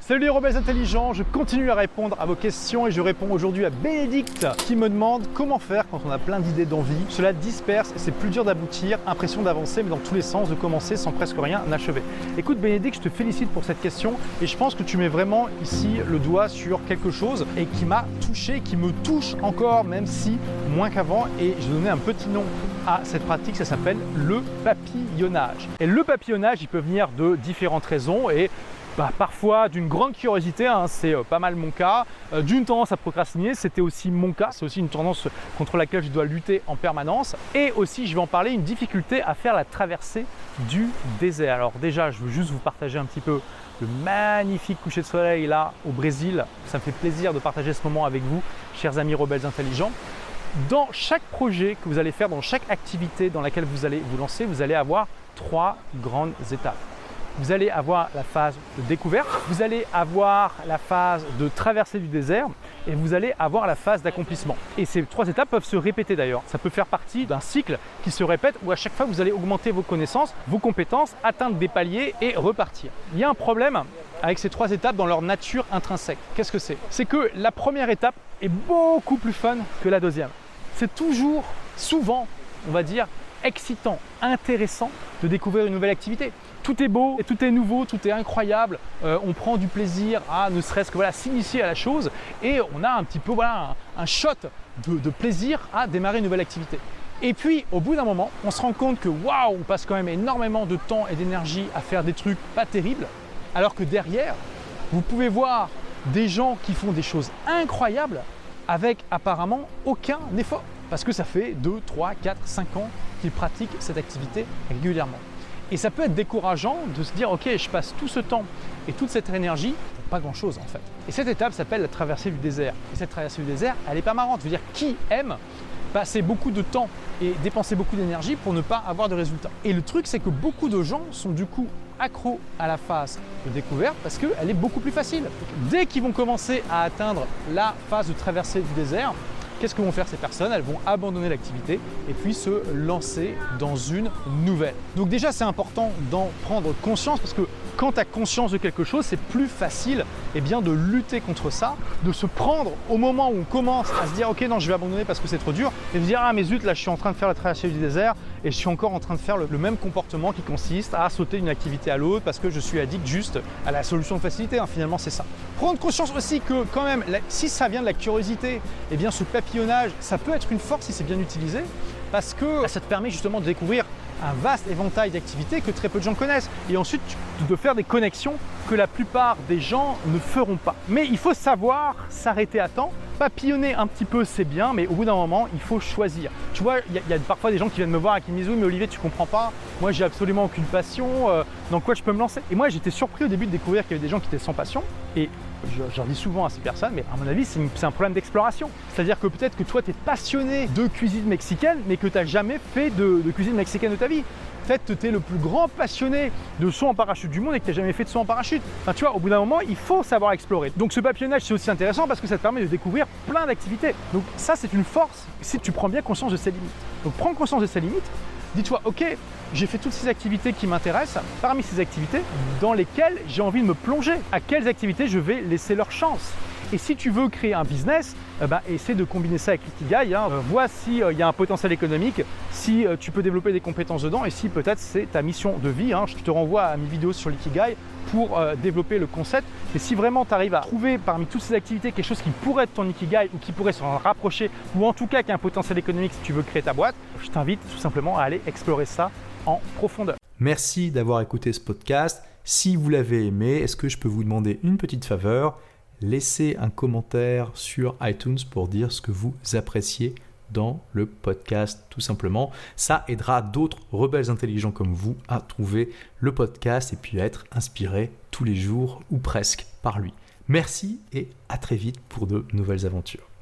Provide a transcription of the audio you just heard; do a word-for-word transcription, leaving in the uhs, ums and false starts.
Salut les rebelles intelligents, je continue à répondre à vos questions et je réponds aujourd'hui à Bénédicte qui me demande comment faire quand on a plein d'idées d'envie. Cela disperse et c'est plus dur d'aboutir, impression d'avancer mais dans tous les sens, de commencer sans presque rien achever. Écoute Bénédicte, je te félicite pour cette question et je pense que tu mets vraiment ici le doigt sur quelque chose et qui m'a touché, qui me touche encore même si moins qu'avant, et je vais donner un petit nom à cette pratique, ça s'appelle le papillonnage. Et le papillonnage, il peut venir de différentes raisons et Bah, parfois d'une grande curiosité, hein, c'est euh, pas mal mon cas, euh, d'une tendance à procrastiner, c'était aussi mon cas, c'est aussi une tendance contre laquelle je dois lutter en permanence, et aussi je vais en parler, une difficulté à faire la traversée du désert. Alors déjà, je veux juste vous partager un petit peu le magnifique coucher de soleil là au Brésil, ça me fait plaisir de partager ce moment avec vous, chers amis rebelles intelligents. Dans chaque projet que vous allez faire, dans chaque activité dans laquelle vous allez vous lancer, vous allez avoir trois grandes étapes. Vous allez avoir la phase de découverte, vous allez avoir la phase de traversée du désert et vous allez avoir la phase d'accomplissement. Et ces trois étapes peuvent se répéter d'ailleurs. Ça peut faire partie d'un cycle qui se répète où à chaque fois vous allez augmenter vos connaissances, vos compétences, atteindre des paliers et repartir. Il y a un problème avec ces trois étapes dans leur nature intrinsèque. Qu'est-ce que c'est? C'est que la première étape est beaucoup plus fun que la deuxième. C'est toujours, souvent, on va dire, excitant, intéressant de découvrir une nouvelle activité. Tout est beau, et tout est nouveau, tout est incroyable. Euh, on prend du plaisir à ne serait-ce que voilà, s'initier à la chose et on a un petit peu voilà, un, un shot de, de plaisir à démarrer une nouvelle activité. Et puis au bout d'un moment, on se rend compte que waouh, on passe quand même énormément de temps et d'énergie à faire des trucs pas terribles, alors que derrière, vous pouvez voir des gens qui font des choses incroyables avec apparemment aucun effort. Parce que ça fait deux, trois, quatre, cinq ans qu'ils pratiquent cette activité régulièrement. Et ça peut être décourageant de se dire ok, je passe tout ce temps et toute cette énergie pour pas grand chose en fait. Et cette étape s'appelle la traversée du désert. Et cette traversée du désert, elle est pas marrante. Je veux dire, qui aime passer beaucoup de temps et dépenser beaucoup d'énergie pour ne pas avoir de résultats? Et le truc, c'est que beaucoup de gens sont du coup accros à la phase de découverte parce qu'elle est beaucoup plus facile. Dès qu'ils vont commencer à atteindre la phase de traversée du désert, qu'est-ce que vont faire ces personnes? Elles vont abandonner l'activité et puis se lancer dans une nouvelle. Donc déjà, c'est important d'en prendre conscience parce que quand tu as conscience de quelque chose, c'est plus facile eh bien, de lutter contre ça, de se prendre au moment où on commence à se dire ok, non, je vais abandonner parce que c'est trop dur, et de dire ah mais zut, là je suis en train de faire la traversée du désert et je suis encore en train de faire le, le même comportement qui consiste à sauter d'une activité à l'autre parce que je suis addict juste à la solution de facilité, hein, finalement c'est ça. Prendre conscience aussi que quand même, la, si ça vient de la curiosité, eh bien ce papillonnage, ça peut être une force si c'est bien utilisé parce que bah, ça te permet justement de découvrir un vaste éventail d'activités que très peu de gens connaissent et ensuite de faire des connexions que la plupart des gens ne feront pas. Mais il faut savoir s'arrêter à temps. Papillonner un petit peu, c'est bien, mais au bout d'un moment, il faut choisir. Tu vois, il y, y a parfois des gens qui viennent me voir et qui me disent oui, mais Olivier, tu comprends pas, moi j'ai absolument aucune passion, euh, dans quoi je peux me lancer? Et moi j'étais surpris au début de découvrir qu'il y avait des gens qui étaient sans passion et je, je leur dis souvent à ces personnes, mais à mon avis, c'est un problème d'exploration. C'est-à-dire que peut-être que toi, tu es passionné de cuisine mexicaine, mais que tu n'as jamais fait de, de cuisine mexicaine de ta vie. Peut-être que tu es le plus grand passionné de saut en parachute du monde et que tu n'as jamais fait de saut en parachute. Enfin, tu vois, au bout d'un moment, il faut savoir explorer. Donc ce papillonnage, c'est aussi intéressant parce que ça te permet de découvrir plein d'activités. Donc ça, c'est une force si tu prends bien conscience de ses limites. Donc prends conscience de ses limites. Dis-toi, ok, j'ai fait toutes ces activités qui m'intéressent. Parmi ces activités, dans lesquelles j'ai envie de me plonger, à quelles activités je vais laisser leur chance. Et si tu veux créer un business, euh, bah, essaie de combiner ça avec l'ikigai. Hein. Euh, vois s'il euh, y a un potentiel économique, si euh, tu peux développer des compétences dedans et si peut-être c'est ta mission de vie. Hein. Je te renvoie à mes vidéos sur l'ikigai pour euh, développer le concept. Et si vraiment tu arrives à trouver parmi toutes ces activités quelque chose qui pourrait être ton ikigai ou qui pourrait s'en rapprocher ou en tout cas qui a un potentiel économique si tu veux créer ta boîte, je t'invite tout simplement à aller explorer ça en profondeur. Merci d'avoir écouté ce podcast. Si vous l'avez aimé, est-ce que je peux vous demander une petite faveur? Laissez un commentaire sur iTunes pour dire ce que vous appréciez dans le podcast, tout simplement. Ça aidera d'autres rebelles intelligents comme vous à trouver le podcast et puis à être inspirés tous les jours ou presque par lui. Merci et à très vite pour de nouvelles aventures.